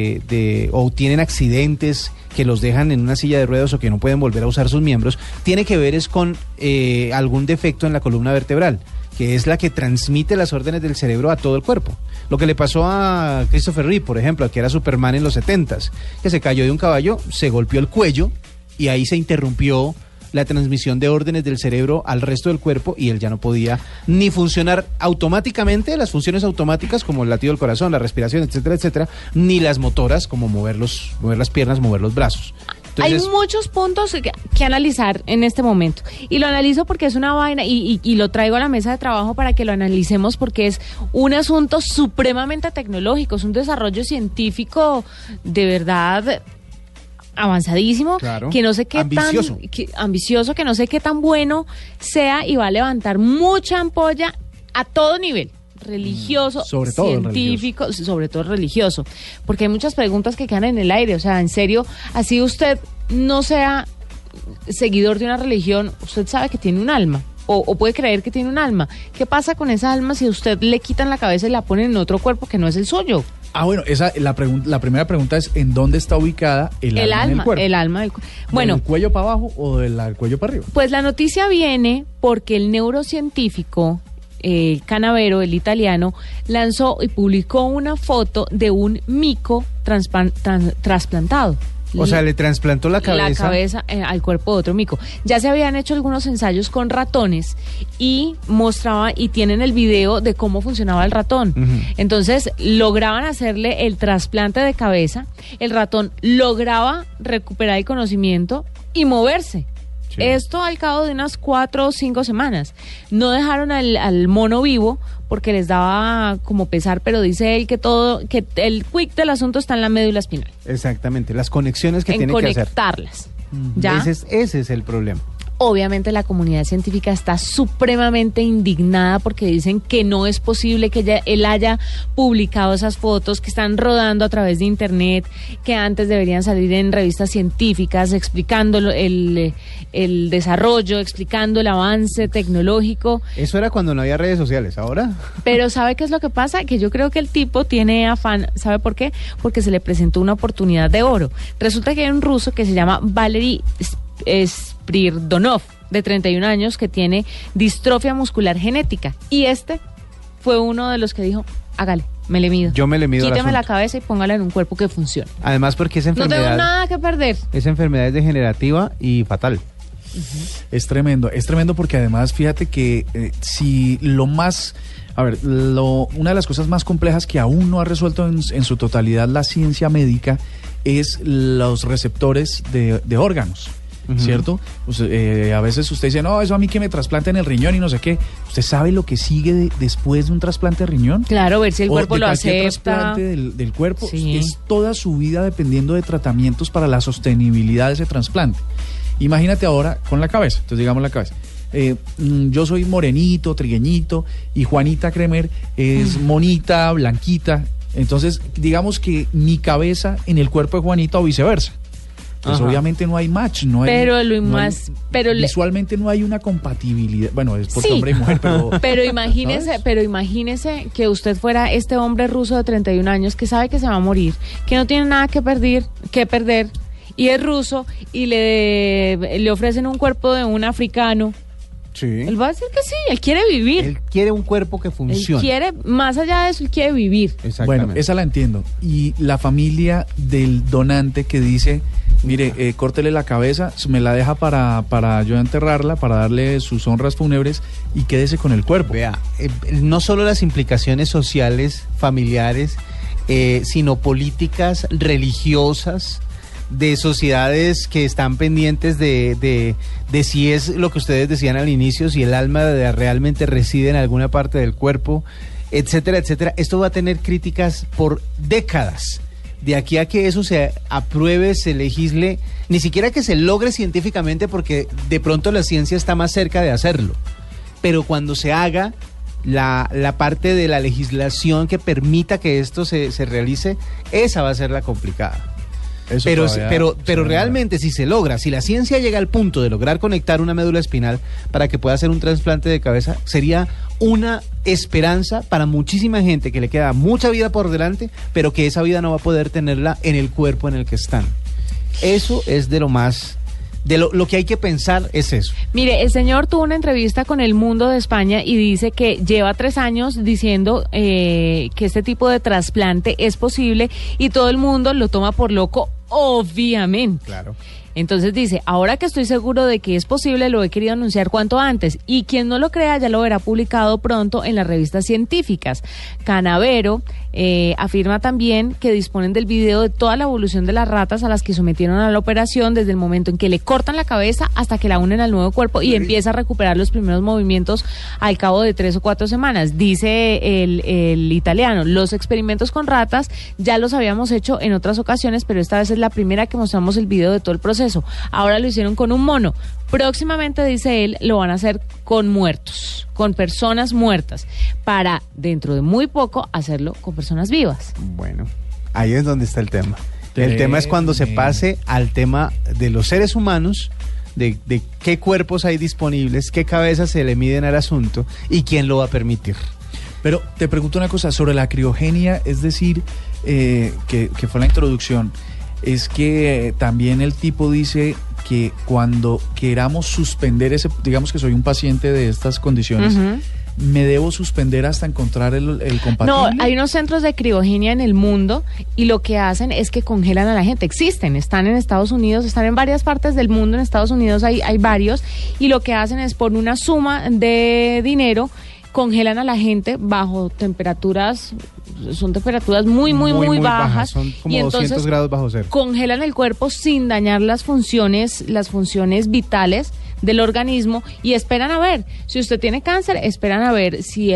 o tienen accidentes que los dejan en una silla de ruedas o que no pueden volver a usar sus miembros, tiene que ver es con algún defecto en la columna vertebral, que es la que transmite las órdenes del cerebro a todo el cuerpo. Lo que le pasó a Christopher Reeve, por ejemplo, que era Superman en los 70s, que se cayó de un caballo, se golpeó el cuello y ahí se interrumpió la transmisión de órdenes del cerebro al resto del cuerpo y él ya no podía ni funcionar automáticamente, las funciones automáticas como el latido del corazón, la respiración, etcétera, etcétera, ni las motoras como mover las piernas, mover los brazos. Entonces, hay muchos puntos que analizar en este momento y lo analizo porque es una vaina y lo traigo a la mesa de trabajo para que lo analicemos porque es un asunto supremamente tecnológico, es un desarrollo científico de verdad avanzadísimo, claro, que no sé qué ambicioso, que no sé qué tan bueno sea y va a levantar mucha ampolla a todo nivel. Religioso, sobre todo científico, religioso. Sobre todo religioso, porque hay muchas preguntas que quedan en el aire, o sea, en serio, así usted no sea seguidor de una religión, usted sabe que tiene un alma, o puede creer que tiene un alma. ¿Qué pasa con esa alma si a usted le quitan la cabeza y la ponen en otro cuerpo que no es el suyo? Bueno, la primera pregunta es ¿en dónde está ubicada el alma en el cuerpo? El alma del cuerpo. Bueno, ¿del cuello para abajo o del cuello para arriba? Pues la noticia viene porque el neurocientífico Canavero, el italiano, lanzó y publicó una foto de un mico trasplantado. O sea, le trasplantó la cabeza al cuerpo de otro mico. Ya se habían hecho algunos ensayos con ratones y mostraba y tienen el video de cómo funcionaba el ratón. Entonces, lograban hacerle el trasplante de cabeza, el ratón lograba recuperar el conocimiento y moverse. Sí. Esto al cabo de unas 4 o 5 semanas. No dejaron al mono vivo porque les daba como pesar, pero dice él que el quick del asunto está en la médula espinal. Exactamente, las conexiones que tiene que hacer. Conectarlas. ¿Ya? Ese es el problema. Obviamente la comunidad científica está supremamente indignada porque dicen que no es posible que él haya publicado esas fotos que están rodando a través de internet, que antes deberían salir en revistas científicas explicando el desarrollo, explicando el avance tecnológico. Eso era cuando no había redes sociales, ¿ahora? Pero ¿sabe qué es lo que pasa? Que yo creo que el tipo tiene afán, ¿sabe por qué? Porque se le presentó una oportunidad de oro. Resulta que hay un ruso que se llama Valery Spiridonov, de 31 años, que tiene distrofia muscular genética. Y este fue uno de los que dijo, hágale, Me le mido. Yo me le mido al Quíteme la asunto. cabeza y póngala en un cuerpo que funcione. Además porque esa No tengo enfermedad, nada que perder. esa enfermedad es degenerativa y fatal. Es tremendo porque además fíjate que si lo más, a ver, una de las cosas más complejas que aún no ha resuelto en su totalidad la ciencia médica es los receptores de órganos. ¿Cierto? Pues, a veces usted dice, no, eso a mí que me trasplanten el riñón y no sé qué. ¿Usted sabe lo que sigue después de un trasplante de riñón? Claro, ver si el cuerpo de lo cualquier acepta. trasplante del cuerpo. Sí. Es toda su vida dependiendo de tratamientos para la sostenibilidad de ese trasplante. Imagínate ahora con la cabeza. Entonces, digamos la cabeza. Yo soy morenito, trigueñito, y Juanita Kremer es monita, blanquita. Entonces, digamos que mi cabeza en el cuerpo de Juanita o viceversa. Pues obviamente no hay match, visualmente no hay una compatibilidad. Bueno, es porque hombre y mujer, pero pero imagínese que usted fuera este hombre ruso de 31 años que sabe que se va a morir, que no tiene nada que perder y es ruso y le ofrecen un cuerpo de un africano. Sí. Él va a decir que sí, él quiere vivir. Él quiere un cuerpo que funcione. Él quiere, más allá de eso, él quiere vivir. Exactamente. Bueno, esa la entiendo. Y la familia del donante que dice, mire, córtele la cabeza, me la deja para yo enterrarla, para darle sus honras fúnebres y quédese con el cuerpo. Vea, no solo las implicaciones sociales, familiares, sino políticas, religiosas, de sociedades que están pendientes de si es lo que ustedes decían al inicio, si el alma realmente reside en alguna parte del cuerpo, etcétera, etcétera. Esto va a tener críticas por décadas. De aquí a que eso se apruebe, se legisle, ni siquiera que se logre científicamente, porque de pronto la ciencia está más cerca de hacerlo. Pero cuando se haga la parte de la legislación que permita que esto se realice, esa va a ser la complicada. Pero realmente si se logra, si la ciencia llega al punto de lograr conectar una médula espinal para que pueda hacer un trasplante de cabeza, sería una esperanza para muchísima gente que le queda mucha vida por delante, pero que esa vida no va a poder tenerla en el cuerpo en el que están. Eso es de lo más... lo que hay que pensar es eso. Mire, el señor tuvo una entrevista con El Mundo de España y dice que lleva 3 años diciendo que este tipo de trasplante es posible y todo el mundo lo toma por loco, obviamente. Claro. Entonces dice, ahora que estoy seguro de que es posible, lo he querido anunciar cuanto antes. Y quien no lo crea ya lo verá publicado pronto en las revistas científicas. Canavero afirma también que disponen del video de toda la evolución de las ratas a las que sometieron a la operación, desde el momento en que le cortan la cabeza hasta que la unen al nuevo cuerpo y empieza a recuperar los primeros movimientos al cabo de 3 o 4 semanas. Dice el italiano, los experimentos con ratas ya los habíamos hecho en otras ocasiones, pero esta vez es la primera que mostramos el video de todo el proceso. Ahora lo hicieron con un mono. Próximamente, dice él, lo van a hacer con muertos, con personas muertas, para dentro de muy poco hacerlo con personas vivas. Bueno, ahí es donde está el tema. El tema es cuando se pase al tema de los seres humanos, de qué cuerpos hay disponibles, qué cabezas se le miden al asunto y quién lo va a permitir. Pero te pregunto una cosa sobre la criogenia, es decir, que fue la introducción. Es que también el tipo dice que cuando queramos suspender digamos que soy un paciente de estas condiciones, ¿me debo suspender hasta encontrar el compatible? No, hay unos centros de criogenia en el mundo y lo que hacen es que congelan a la gente. Existen, están en Estados Unidos, están en varias partes del mundo. En Estados Unidos hay varios y lo que hacen es por una suma de dinero congelan a la gente bajo temperaturas, son temperaturas muy bajas. Son como y entonces 200 grados bajo cero. Congelan el cuerpo sin dañar las funciones vitales del organismo y esperan a ver, si usted tiene cáncer, esperan a ver si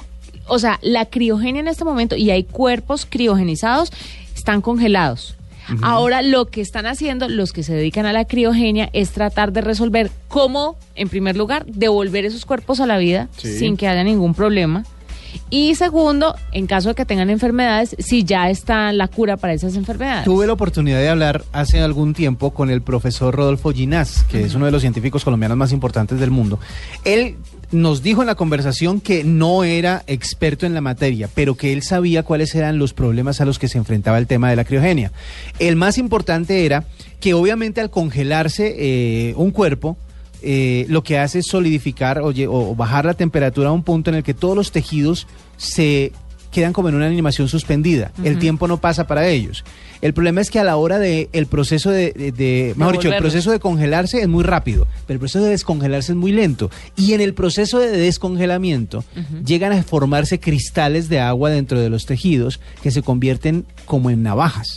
la criogenia en este momento, y hay cuerpos criogenizados, están congelados. Ahora lo que están haciendo los que se dedican a la criogenia es tratar de resolver cómo, en primer lugar, devolver esos cuerpos a la vida sin que haya ningún problema. Y segundo, en caso de que tengan enfermedades, si ya está la cura para esas enfermedades. Tuve la oportunidad de hablar hace algún tiempo con el profesor Rodolfo Ginás, que es uno de los científicos colombianos más importantes del mundo. Él nos dijo en la conversación que no era experto en la materia, pero que él sabía cuáles eran los problemas a los que se enfrentaba el tema de la criogenia. El más importante era que obviamente al congelarse un cuerpo, lo que hace es solidificar o bajar la temperatura a un punto en el que todos los tejidos se quedan como en una animación suspendida. El tiempo no pasa para ellos. El problema es que a la hora de el proceso mejor dicho, el proceso de congelarse es muy rápido, pero el proceso de descongelarse es muy lento. Y en el proceso de descongelamiento llegan a formarse cristales de agua dentro de los tejidos que se convierten como en navajas.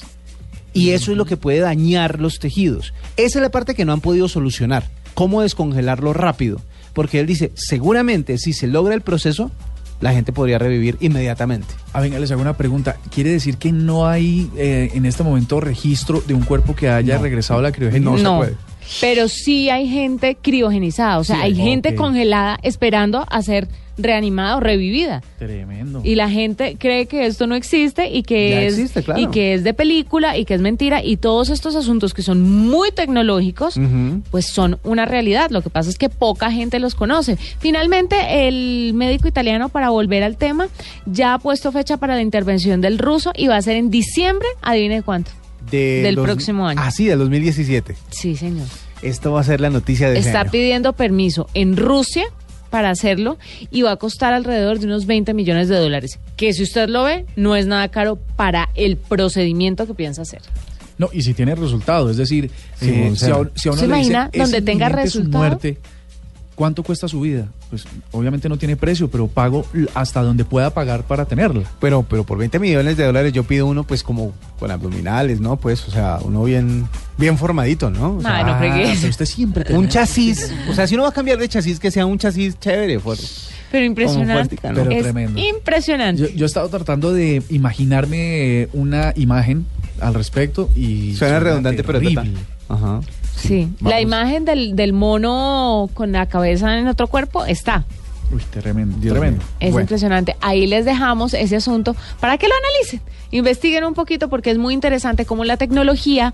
Y eso es lo que puede dañar los tejidos. Esa es la parte que no han podido solucionar. ¿Cómo descongelarlo rápido? Porque él dice, seguramente si se logra el proceso, la gente podría revivir inmediatamente. Venga, les hago una pregunta. ¿Quiere decir que no hay en este momento registro de un cuerpo que haya regresado a la criogenia? No se puede. Pero sí hay gente criogenizada, o sea, hay gente congelada esperando a ser reanimada o revivida. Tremendo. Y la gente cree que esto no existe y que existe, claro. Y que es de película y que es mentira, y todos estos asuntos que son muy tecnológicos, pues son una realidad. Lo que pasa es que poca gente los conoce. Finalmente, el médico italiano, para volver al tema, ya ha puesto fecha para la intervención del ruso y va a ser en diciembre, adivine cuánto. Del próximo año. Ah, sí, del 2017. Sí, señor. Esto va a ser la noticia de ese Está año. pidiendo permiso en Rusia para hacerlo y va a costar alrededor de unos $20 millones, que si usted lo ve, no es nada caro para el procedimiento que piensa hacer. No, y si tiene resultado, es decir, si a uno ¿Se le imagina dice, donde es tenga inminente su resultado? muerte, ¿cuánto cuesta su vida? Pues obviamente no tiene precio, pero pago hasta donde pueda pagar para tenerla. Pero por $20 millones yo pido uno pues como con abdominales, ¿no? Pues, o sea, uno bien formadito, ¿no? O sea, Ay, no fregues. Pero usted siempre un chasis, o sea, si uno va a cambiar de chasis, que sea un chasis chévere, Pero impresionante. Como fuertica, ¿no? Pero Es tremendo. impresionante. Yo he estado tratando de imaginarme una imagen al respecto y suena redundante, pero terrible. Ajá. Sí, Vamos. la imagen del mono con la cabeza en otro cuerpo está. Uy, tremendo, Dios tremendo. mío. Es Bueno. impresionante. Ahí les dejamos ese asunto para que lo analicen. Investiguen un poquito porque es muy interesante cómo la tecnología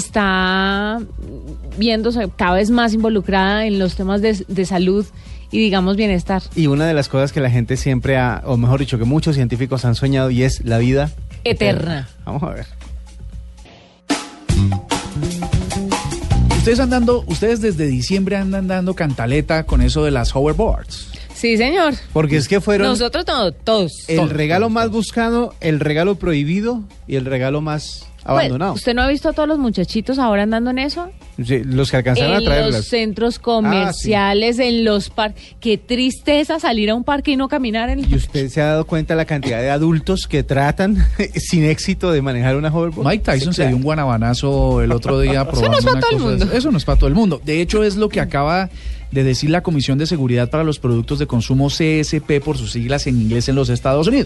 está viéndose cada vez más involucrada en los temas de salud y, digamos, bienestar Y una de las cosas que la gente siempre o mejor dicho, que muchos científicos han soñado, y es la vida eterna. Vamos a ver. Ustedes desde diciembre andan dando cantaleta con eso de las hoverboards. Sí, señor. Porque es que fueron Nosotros no, todos. el regalo más buscado, el regalo prohibido y el regalo más abandonado. Pues, ¿usted no ha visto a todos los muchachitos ahora andando en eso? Sí, los que alcanzaron a En los traerlas. centros comerciales, en los parques. Qué tristeza salir a un parque y no caminar en ¿Y usted se ha dado cuenta de la cantidad de adultos que tratan sin éxito de manejar una hoverboard? Mike Tyson Sí, se dio un guanabanazo el otro día probando no es para una todo el cosa de mundo. esas. Eso no es para todo el mundo. De hecho, es lo que acaba de decir la Comisión de Seguridad para los Productos de Consumo, CSP por sus siglas en inglés, en los Estados Unidos.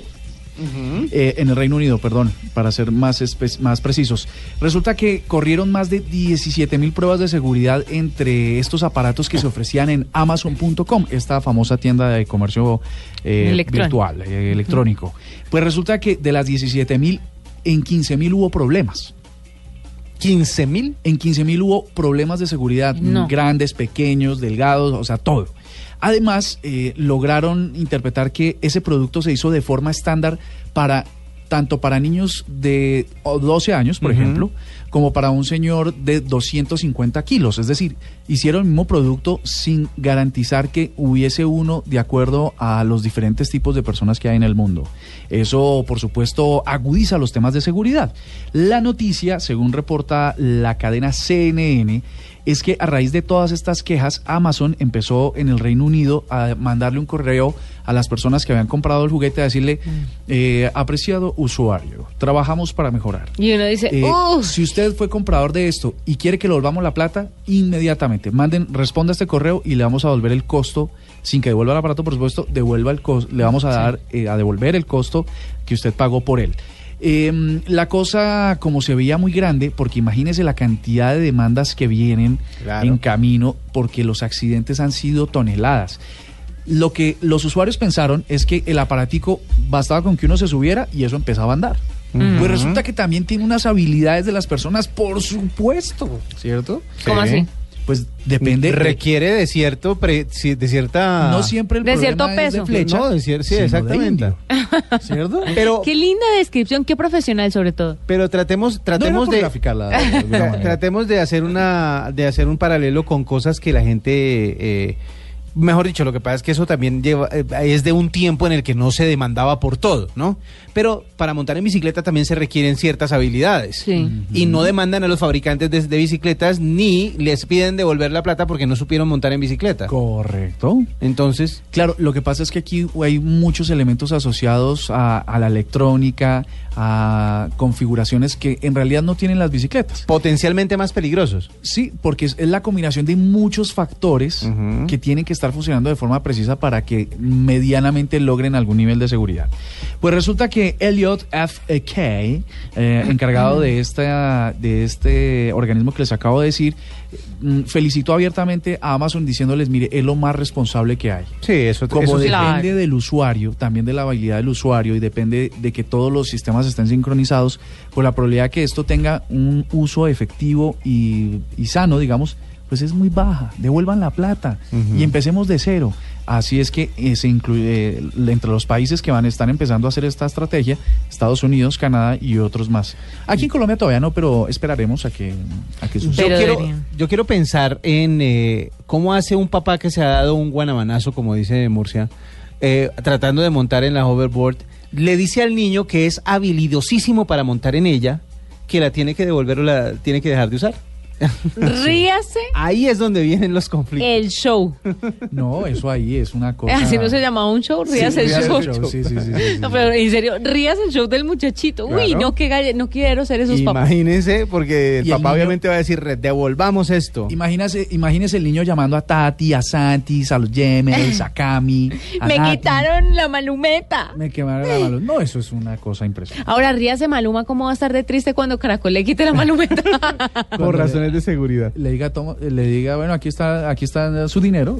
En el Reino Unido, perdón, para ser más precisos. Resulta que corrieron más de 17,000 pruebas de seguridad entre estos aparatos que se ofrecían en Amazon.com, esta famosa tienda de comercio virtual, electrónico. Pues resulta que de las 17,000, en 15,000 hubo problemas. ¿15,000? En 15,000 hubo problemas de seguridad, No. grandes, pequeños, delgados, o sea, todo. Además, lograron interpretar que ese producto se hizo de forma estándar tanto para niños de 12 años, por ejemplo, como para un señor de 250 kilos. Es decir, hicieron el mismo producto sin garantizar que hubiese uno de acuerdo a los diferentes tipos de personas que hay en el mundo. Eso, por supuesto, agudiza los temas de seguridad. La noticia, según reporta la cadena CNN, es que a raíz de todas estas quejas, Amazon empezó en el Reino Unido a mandarle un correo a las personas que habían comprado el juguete a decirle, apreciado usuario, trabajamos para mejorar. Y uno dice, Si usted fue comprador de esto y quiere que le volvamos la plata, inmediatamente responda a este correo y le vamos a devolver el costo, sin que devuelva el aparato, por supuesto, devuelva el costo, le vamos a dar a devolver el costo que usted pagó por él. La cosa como se veía muy grande, porque imagínese la cantidad de demandas que vienen en camino, porque los accidentes han sido toneladas. Lo que los usuarios pensaron es que el aparatico bastaba con que uno se subiera y eso empezaba a andar. Pues resulta que también tiene unas habilidades de las personas, por supuesto, ¿cierto? ¿Cómo así? Pues depende. Requiere de de cierta... No siempre el de problema cierto es peso. de flecha. No, sí, sino de exactamente. indio, ¿cierto? Pero, Qué linda descripción, qué profesional sobre todo. pero tratemos No era por de... graficarla de alguna manera. Tratemos de hacer un paralelo con cosas que la gente Mejor dicho, lo que pasa es que eso también es de un tiempo en el que no se demandaba por todo, ¿no? Pero para montar en bicicleta también se requieren ciertas habilidades. Sí. Y no demandan a los fabricantes de bicicletas ni les piden devolver la plata porque no supieron montar en bicicleta. Correcto. Entonces, claro, lo que pasa es que aquí hay muchos elementos asociados a la electrónica, a configuraciones que en realidad no tienen las bicicletas. Potencialmente más peligrosos. Sí, porque es la combinación de muchos factores que tienen que estar funcionando de forma precisa para que medianamente logren algún nivel de seguridad. Pues resulta que Elliot F. Kay, encargado de este organismo que les acabo de decir, felicitó abiertamente a Amazon diciéndoles, mire, es lo más responsable que hay. Sí, eso Como depende claro. del usuario, también de la habilidad del usuario y depende de que todos los sistemas estén sincronizados, pues la probabilidad de que esto tenga un uso efectivo y sano, digamos, pues es muy baja. Devuelvan la plata y empecemos de cero. Así es que se incluye entre los países que están empezando a hacer esta estrategia, Estados Unidos, Canadá y otros más. Aquí en Colombia todavía no, pero esperaremos a que suceda. Yo quiero pensar en cómo hace un papá que se ha dado un guanabanazo, como dice Murcia, tratando de montar en la hoverboard. Le dice al niño que es habilidosísimo para montar en ella, que la tiene que devolver o la tiene que dejar de usar. Ríase. Ahí es donde vienen los conflictos. El show. No, eso ahí es una cosa... Así no se llamaba un show, ríase Sí, el show. Sí. No, pero en serio, ríase el show del muchachito. Uy, Claro. no, no quiero ser esos papás. Imagínense, porque el Y el papá niño- obviamente va a decir, devolvamos esto. Imagínese el niño llamando a Tati, a Santis, a los Gemels, a Cami, a Me Nati. quitaron la malumeta. Me quemaron la mano. No, eso es una cosa impresionante. Ahora ríase Maluma, ¿cómo va a estar de triste cuando Caracol le quite la malumeta? Por razones de seguridad. Le diga, bueno, aquí está su dinero.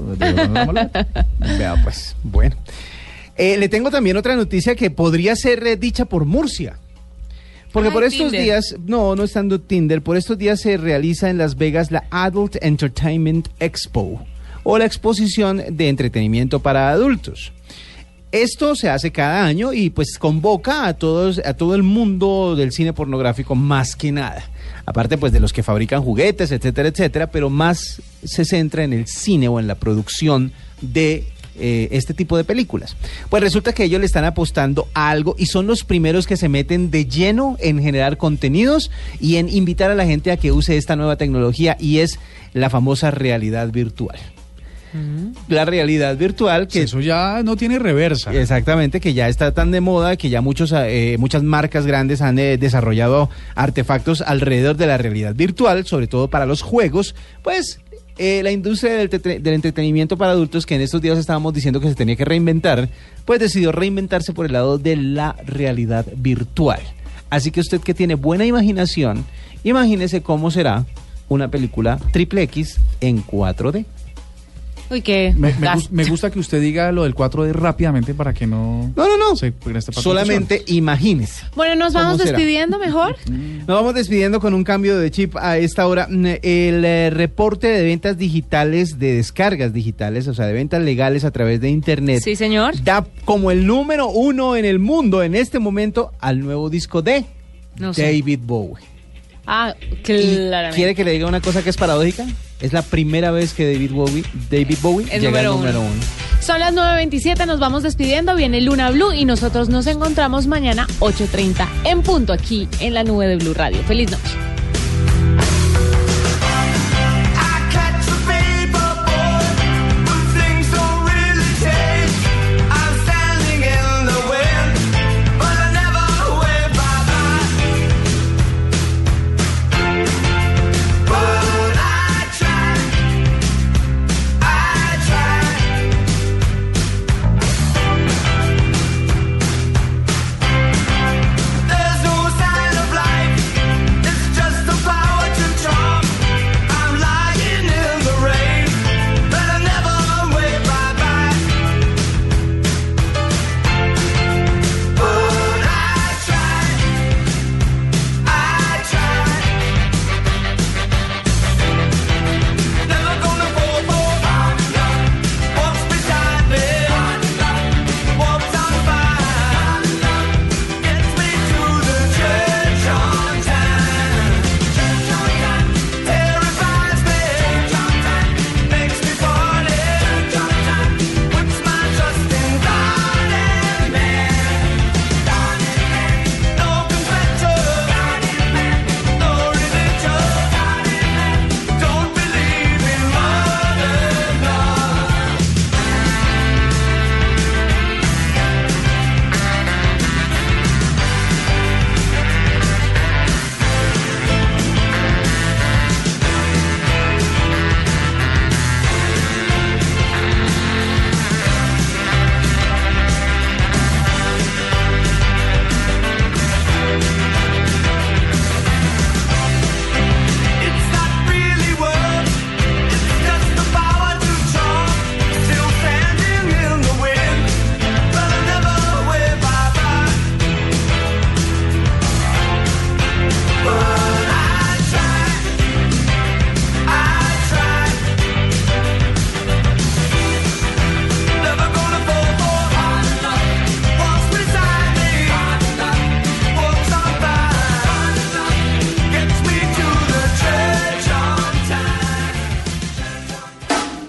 Vea, pues, bueno. Le tengo también otra noticia que podría ser dicha por Murcia. Porque Ay, por estos Tinder. días, no estando Tinder, por estos días se realiza en Las Vegas la Adult Entertainment Expo, o la exposición de entretenimiento para adultos. Esto se hace cada año y pues convoca a todo el mundo del cine pornográfico más que nada. Aparte pues de los que fabrican juguetes, etcétera, etcétera, pero más se centra en el cine o en la producción de este tipo de películas. Pues resulta que ellos le están apostando a algo y son los primeros que se meten de lleno en generar contenidos y en invitar a la gente a que use esta nueva tecnología, y es la famosa realidad virtual. La realidad virtual que eso ya no tiene reversa. exactamente, que ya está tan de moda que ya muchas marcas grandes han desarrollado artefactos alrededor de la realidad virtual, sobre todo para los juegos. Pues la industria del entretenimiento para adultos, que en estos días estábamos diciendo que se tenía que reinventar, pues decidió reinventarse por el lado de la realidad virtual. Así que usted, que tiene buena imaginación, imagínese cómo será una película XXX en 4D. Uy, qué Me gusta que usted diga lo del 4D rápidamente para que no... No. se preste para Solamente imagínese. Bueno, nos vamos ¿Cómo será? despidiendo mejor. Nos vamos despidiendo con un cambio de chip a esta hora. El reporte de ventas digitales, de descargas digitales, o sea, de ventas legales a través de Internet, Sí, señor. da como el número 1 en el mundo en este momento al nuevo disco de No sé. David Bowie. Ah, ¿Y claramente. quiere que le diga una cosa que es paradójica? Es la primera vez que David Bowie El llega al número número uno. 1. Son las 9:27, nos vamos despidiendo. Viene Luna Blue y nosotros nos encontramos mañana 8:30 en punto aquí en la nube de Blue Radio. Feliz noche. There's no sign of life. It's just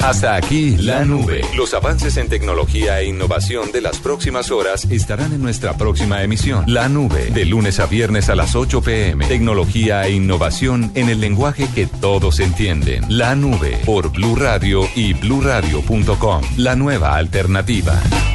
Hasta aquí La Nube. Los avances en tecnología e innovación de las próximas horas estarán en nuestra próxima emisión. La Nube, de lunes a viernes a las 8 p.m. Tecnología e innovación en el lenguaje que todos entienden. La Nube, por Blue Radio y bluradio.com. La nueva alternativa.